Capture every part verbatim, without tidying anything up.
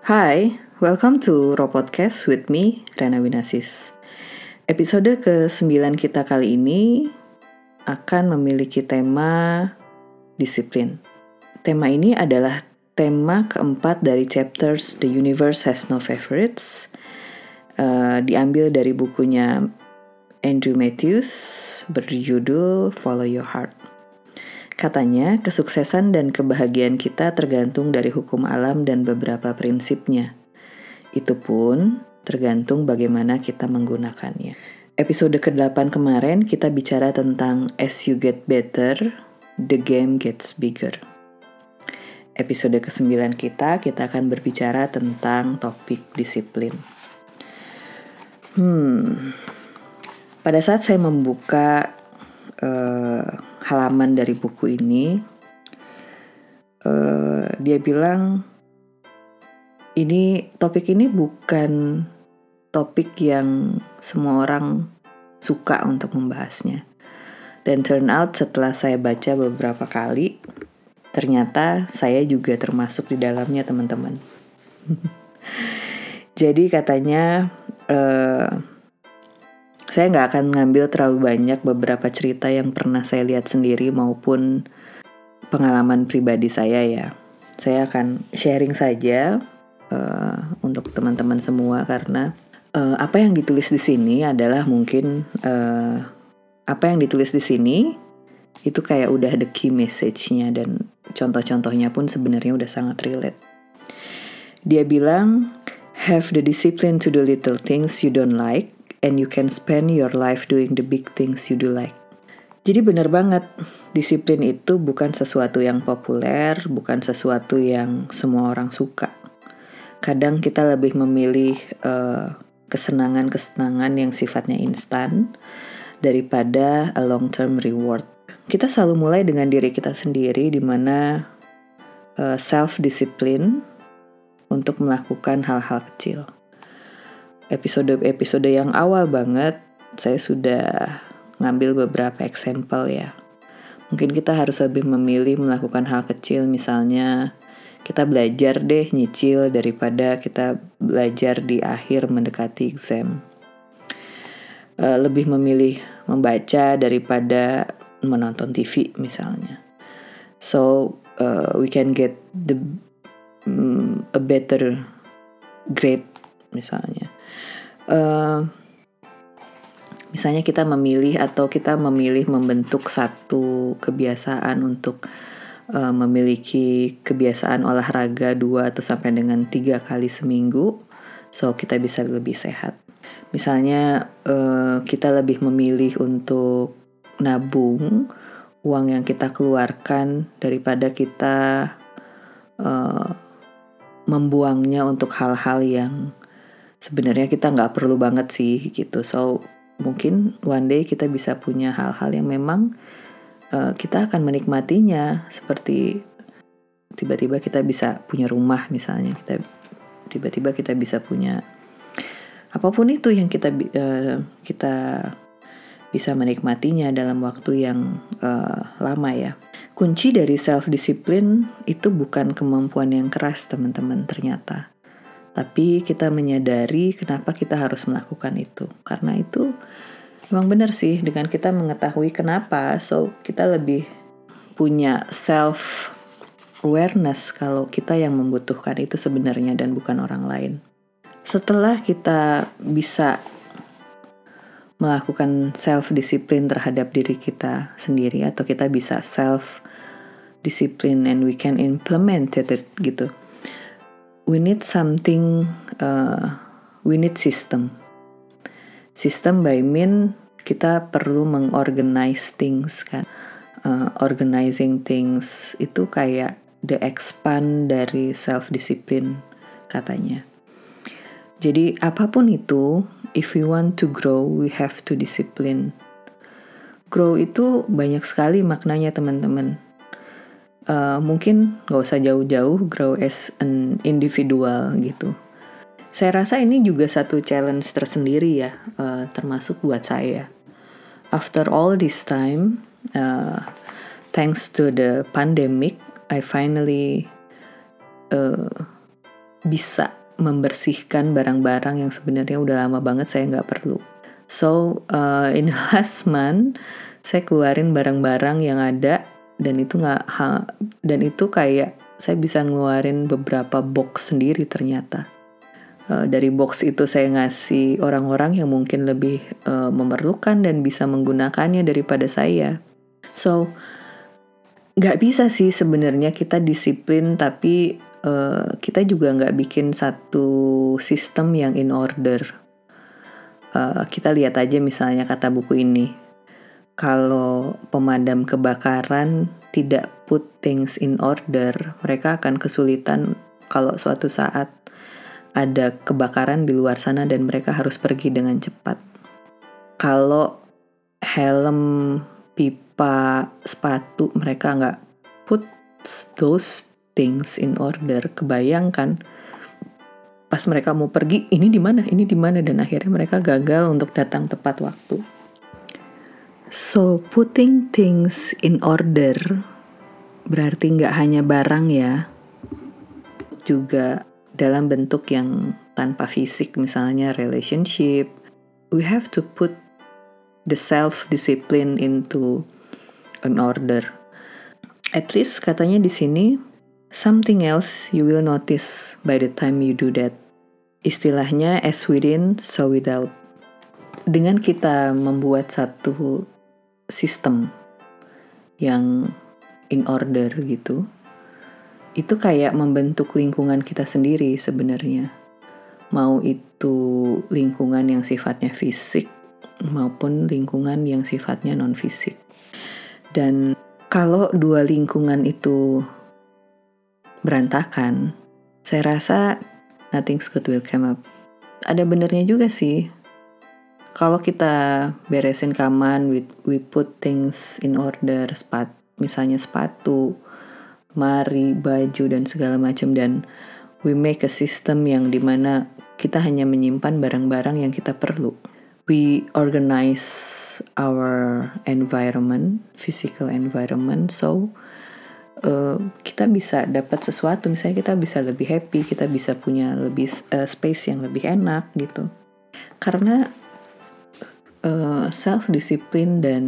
Hai, welcome to Raw Podcast with me, Rena Winasis. Episode kesembilan kita kali ini akan memiliki tema disiplin. Tema ini adalah tema keempat dari chapters The Universe Has No Favorites, uh, diambil dari bukunya Andrew Matthews berjudul Follow Your Heart. Katanya, kesuksesan dan kebahagiaan kita tergantung dari hukum alam dan beberapa prinsipnya. Itu pun tergantung bagaimana kita menggunakannya. Episode kedelapan kemarin kita bicara tentang As you get better, the game gets bigger. Episode kesembilan kita, kita akan berbicara tentang topik disiplin. Hmm, pada saat saya membuka uh, halaman dari buku ini, uh, dia bilang ini topik ini bukan topik yang semua orang suka untuk membahasnya. Dan turn out setelah saya baca beberapa kali, ternyata saya juga termasuk di dalamnya, teman-teman. Jadi katanya uh, saya nggak akan ngambil terlalu banyak beberapa cerita yang pernah saya lihat sendiri maupun pengalaman pribadi saya ya. Saya akan sharing saja uh, untuk teman-teman semua karena uh, apa yang ditulis di sini adalah mungkin uh, apa yang ditulis di sini itu kayak udah the key message-nya dan contoh-contohnya pun sebenarnya udah sangat relate. Dia bilang, have the discipline to do little things you don't like, and you can spend your life doing the big things you do like. Jadi benar banget, disiplin itu bukan sesuatu yang populer, bukan sesuatu yang semua orang suka. Kadang kita lebih memilih uh, kesenangan-kesenangan yang sifatnya instan daripada a long-term reward. Kita selalu mulai dengan diri kita sendiri, di mana uh, self-discipline untuk melakukan hal-hal kecil. Episode-episode yang awal banget, saya sudah ngambil beberapa example ya. Mungkin kita harus lebih memilih melakukan hal kecil, misalnya kita belajar deh nyicil daripada kita belajar di akhir mendekati exam. Uh, lebih memilih membaca daripada menonton T V misalnya. So uh, we can get the um, a better grade misalnya. Uh, misalnya kita memilih atau kita memilih membentuk satu kebiasaan untuk uh, memiliki kebiasaan olahraga dua atau sampai dengan tiga kali seminggu, so kita bisa lebih sehat. Misalnya uh, kita lebih memilih untuk nabung uang yang kita keluarkan daripada kita uh, membuangnya untuk hal-hal yang sebenarnya kita nggak perlu banget sih gitu. So mungkin one day kita bisa punya hal-hal yang memang uh, kita akan menikmatinya, seperti tiba-tiba kita bisa punya rumah misalnya, kita tiba-tiba kita bisa punya apapun itu yang kita uh, kita bisa menikmatinya dalam waktu yang uh, lama ya. Kunci dari self-discipline itu bukan kemampuan yang keras, teman-teman, ternyata. Tapi kita menyadari kenapa kita harus melakukan itu. Karena itu memang benar sih, dengan kita mengetahui kenapa, so kita lebih punya self-awareness kalau kita yang membutuhkan itu sebenarnya dan bukan orang lain. Setelah kita bisa melakukan self-discipline terhadap diri kita sendiri, atau kita bisa self-discipline and we can implement it gitu. We need something, uh, we need system. System by mean kita perlu mengorganize things kan. Uh, organizing things itu kayak the expand dari self-discipline katanya. Jadi apapun itu, if we want to grow, we have to discipline. Grow itu banyak sekali maknanya, teman-teman. Uh, mungkin gak usah jauh-jauh grow as an individual gitu. Saya rasa ini juga satu challenge tersendiri ya, uh, termasuk buat saya. After all this time, uh, thanks to the pandemic, I finally uh, bisa membersihkan barang-barang yang sebenarnya udah lama banget saya nggak perlu. So uh, in last month saya keluarin barang-barang yang ada, dan itu nggak dan itu kayak saya bisa ngeluarin beberapa box sendiri ternyata. Uh, dari box itu saya ngasih orang-orang yang mungkin lebih uh, memerlukan dan bisa menggunakannya daripada saya. So nggak bisa sih sebenarnya kita disiplin tapi uh, kita juga nggak bikin satu sistem yang in order. Uh, kita lihat aja misalnya kata buku ini, kalau pemadam kebakaran tidak put things in order, mereka akan kesulitan kalau suatu saat ada kebakaran di luar sana dan mereka harus pergi dengan cepat. Kalau helm, pipa, sepatu mereka nggak put those things in order, kebayangkan pas mereka mau pergi, ini di mana, ini di mana, dan akhirnya mereka gagal untuk datang tepat waktu. So putting things in order berarti nggak hanya barang ya, juga dalam bentuk yang tanpa fisik, misalnya relationship. We have to put the self-discipline into an order. At least katanya di sini, something else you will notice by the time you do that. Istilahnya as within, so without. Dengan kita membuat satu sistem yang in order gitu, itu kayak membentuk lingkungan kita sendiri sebenarnya. Mau itu lingkungan yang sifatnya fisik maupun lingkungan yang sifatnya non-fisik. Dan kalau dua lingkungan itu berantakan, saya rasa nothing's good will come up. Ada benernya juga sih. Kalau kita beresin kamar, we, we put things in order, sepat, misalnya sepatu, mari, baju, dan segala macam, dan we make a system yang dimana kita hanya menyimpan barang-barang yang kita perlu. We organize our environment, physical environment, so uh, kita bisa dapat sesuatu. Misalnya kita bisa lebih happy, kita bisa punya lebih uh, space yang lebih enak gitu. Karena uh, self-discipline dan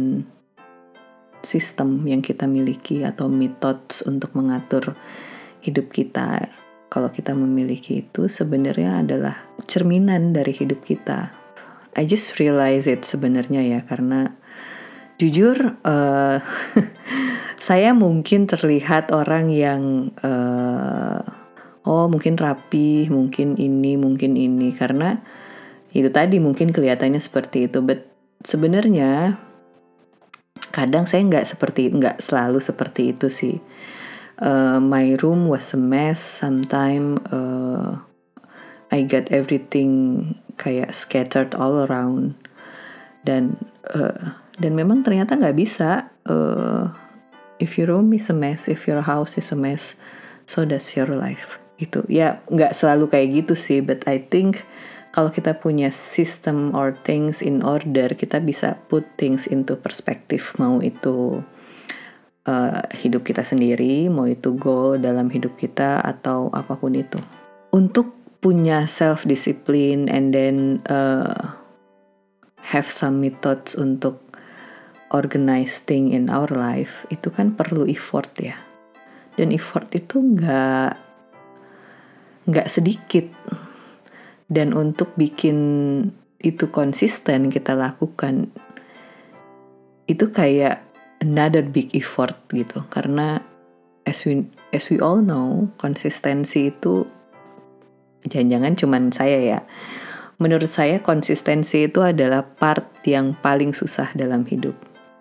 sistem yang kita miliki atau methods untuk mengatur hidup kita, kalau kita memiliki itu sebenarnya adalah cerminan dari hidup kita. I just realize it sebenarnya ya, karena jujur uh, saya mungkin terlihat orang yang uh, oh mungkin rapi, mungkin ini, mungkin ini, karena itu tadi mungkin kelihatannya seperti itu, but sebenarnya kadang saya nggak seperti nggak selalu seperti itu sih. Uh, my room was a mess. Sometimes uh, I got everything kayak scattered all around. Dan uh, dan memang ternyata nggak bisa. Uh, if your room is a mess, if your house is a mess, so that's your life. Gitu. Ya nggak selalu kayak gitu sih. But I think kalau kita punya system or things in order, kita bisa put things into perspective. Mau itu uh, hidup kita sendiri, mau itu goal dalam hidup kita, atau apapun itu. Untuk punya self-discipline and then uh, have some methods untuk organize thing in our life, itu kan perlu effort ya. Dan effort itu nggak nggak sedikit. Dan untuk bikin itu konsisten kita lakukan, itu kayak another big effort gitu. Karena as we as we all know, konsistensi itu jangan-jangan cuman saya ya. Menurut saya konsistensi itu adalah part yang paling susah dalam hidup.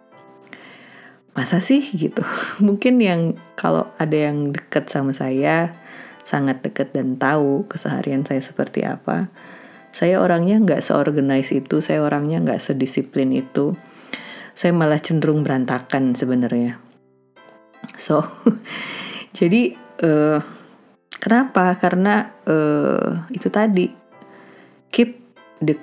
Masa sih gitu? Mungkin yang kalau ada yang deket sama saya, sangat dekat dan tahu keseharian saya seperti apa. Saya orangnya nggak se-organize itu, saya orangnya nggak sedisiplin itu. Saya malah cenderung berantakan sebenarnya. So, jadi uh, kenapa? Karena uh, itu tadi, keep the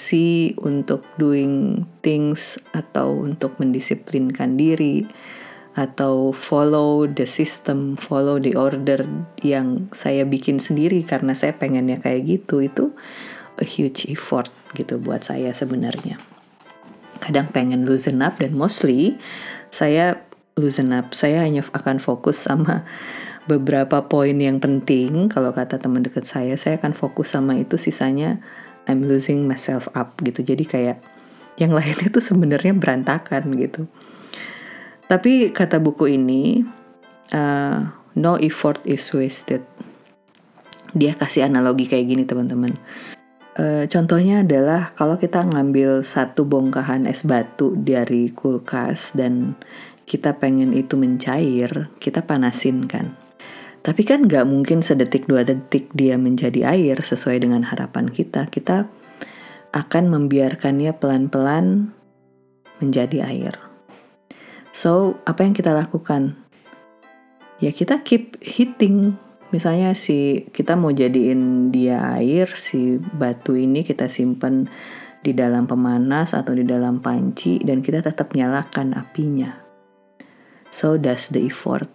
consistency untuk doing things atau untuk mendisiplinkan diri atau follow the system, follow the order yang saya bikin sendiri karena saya pengennya kayak gitu, itu a huge effort gitu buat saya sebenarnya. Kadang pengen loosen up dan mostly saya loosen up, saya hanya akan fokus sama beberapa poin yang penting. Kalau kata teman dekat saya, saya akan fokus sama itu, sisanya I'm losing myself up gitu. Jadi kayak yang lain itu sebenarnya berantakan gitu. Tapi kata buku ini, uh, no effort is wasted. Dia kasih analogi kayak gini teman-teman. Uh, contohnya adalah kalau kita ngambil satu bongkahan es batu dari kulkas dan kita pengen itu mencair, kita panasin kan. Tapi kan gak mungkin sedetik dua detik dia menjadi air sesuai dengan harapan kita. Kita akan membiarkannya pelan-pelan menjadi air. So, apa yang kita lakukan? Ya kita keep heating. Misalnya si kita mau jadiin dia air, si batu ini kita simpan di dalam pemanas atau di dalam panci dan kita tetap nyalakan apinya. So, that's the effort.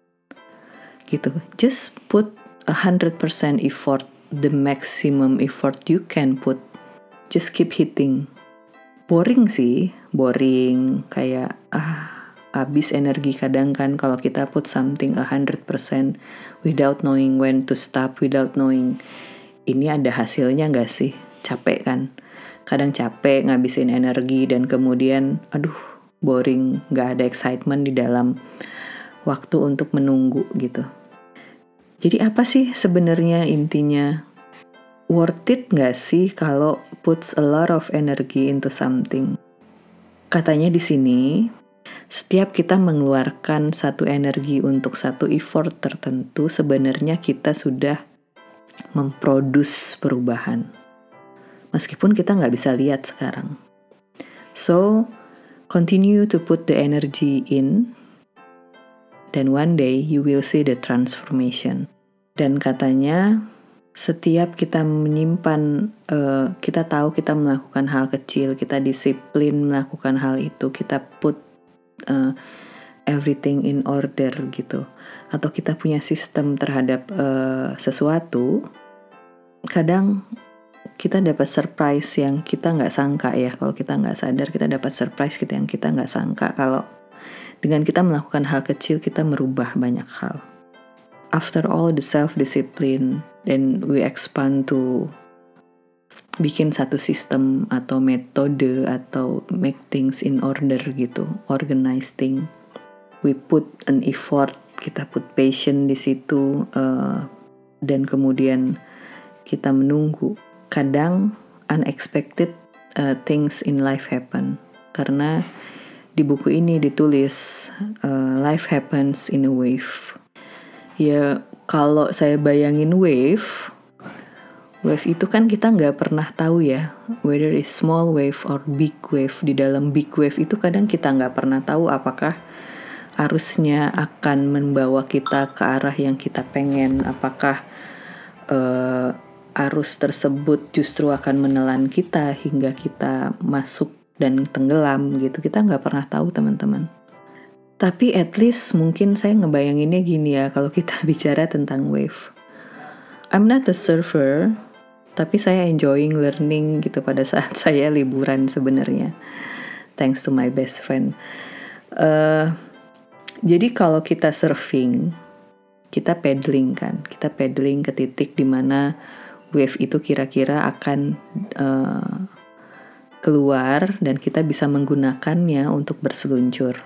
Gitu. Just put one hundred percent effort, the maximum effort you can put. Just keep hitting. Boring sih, boring, kayak ah habis energi kadang kan kalau kita put something one hundred percent without knowing when to stop, without knowing ini ada hasilnya gak sih? Capek kan? Kadang capek ngabisin energi dan kemudian aduh boring, gak ada excitement di dalam waktu untuk menunggu gitu. Jadi apa sih sebenarnya intinya? Worth it gak sih kalau puts a lot of energy into something? Katanya di sini, setiap kita mengeluarkan satu energi untuk satu effort tertentu, sebenarnya kita sudah memproduce perubahan. Meskipun kita gak bisa lihat sekarang. So, continue to put the energy in, dan one day you will see the transformation. Dan katanya setiap kita menyimpan, uh, kita tahu kita melakukan hal kecil, kita disiplin melakukan hal itu, kita put uh, everything in order gitu, atau kita punya sistem terhadap uh, sesuatu, kadang kita dapat surprise yang kita nggak sangka ya. Kalau kita nggak sadar, kita dapat surprise kita yang kita nggak sangka kalau dengan kita melakukan hal kecil, kita merubah banyak hal. After all the self-discipline, then we expand to bikin satu sistem atau metode atau make things in order gitu, organize thing. We put an effort, kita put passion di situ, uh, dan kemudian kita menunggu. Kadang unexpected uh, things in life happen, karena di buku ini ditulis uh, life happens in a wave. Ya kalau saya bayangin wave, wave itu kan kita nggak pernah tahu ya, whether it's small wave or big wave. Di dalam big wave itu kadang kita nggak pernah tahu apakah arusnya akan membawa kita ke arah yang kita pengen, apakah uh, arus tersebut justru akan menelan kita hingga kita masuk dan tenggelam gitu. Kita nggak pernah tahu teman-teman. Tapi at least mungkin saya ngebayanginnya gini ya, kalau kita bicara tentang wave. I'm not a surfer, tapi saya enjoying learning gitu pada saat saya liburan sebenarnya. Thanks to my best friend. Uh, jadi kalau kita surfing, kita paddling kan, kita paddling ke titik dimana wave itu kira-kira akan uh, keluar dan kita bisa menggunakannya untuk berseluncur.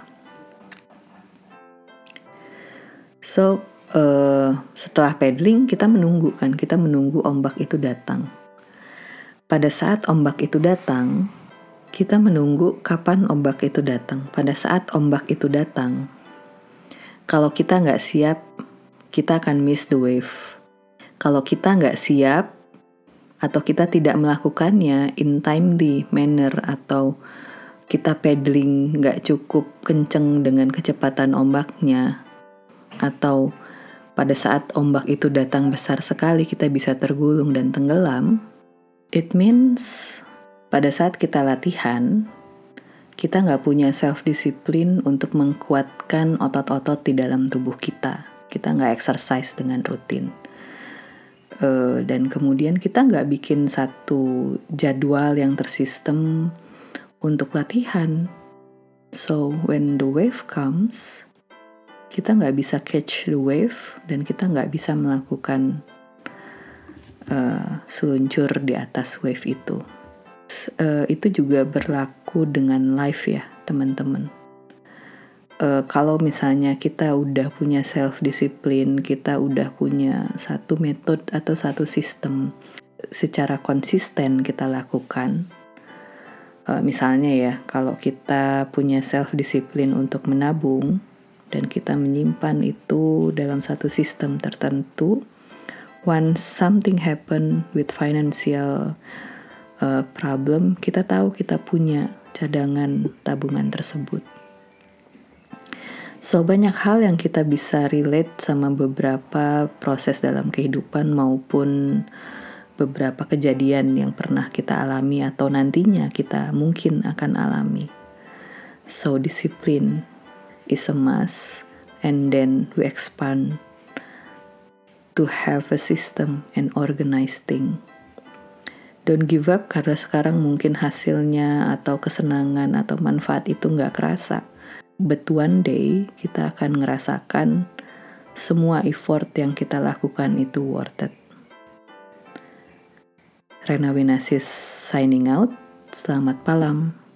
So, uh, setelah paddling kita menunggu kan, kita menunggu ombak itu datang. Pada saat ombak itu datang, kita menunggu kapan ombak itu datang. Pada saat ombak itu datang, kalau kita nggak siap, kita akan miss the wave. Kalau kita nggak siap, atau kita tidak melakukannya in timely manner, atau kita paddling nggak cukup kenceng dengan kecepatan ombaknya, atau pada saat ombak itu datang besar sekali kita bisa tergulung dan tenggelam, it means pada saat kita latihan, kita nggak punya self-discipline untuk mengkuatkan otot-otot di dalam tubuh kita. Kita nggak exercise dengan rutin. Uh, dan kemudian kita nggak bikin satu jadwal yang tersistem untuk latihan. So when the wave comes, kita nggak bisa catch the wave dan kita nggak bisa melakukan uh, seluncur di atas wave itu. Uh, itu juga berlaku dengan life ya teman-teman. Uh, kalau misalnya kita udah punya self-discipline, kita udah punya satu metode atau satu sistem secara konsisten kita lakukan. Uh, misalnya ya, kalau kita punya self-discipline untuk menabung dan kita menyimpan itu dalam satu sistem tertentu, once something happen with financial Uh, problem, kita tahu kita punya cadangan tabungan tersebut. So banyak hal yang kita bisa relate sama beberapa proses dalam kehidupan maupun beberapa kejadian yang pernah kita alami atau nantinya kita mungkin akan alami. So discipline is a must, and then we expand to have a system and organize things. Don't give up karena sekarang mungkin hasilnya atau kesenangan atau manfaat itu gak kerasa. But one day kita akan ngerasakan semua effort yang kita lakukan itu worth it. Rena Winasis signing out. Selamat malam.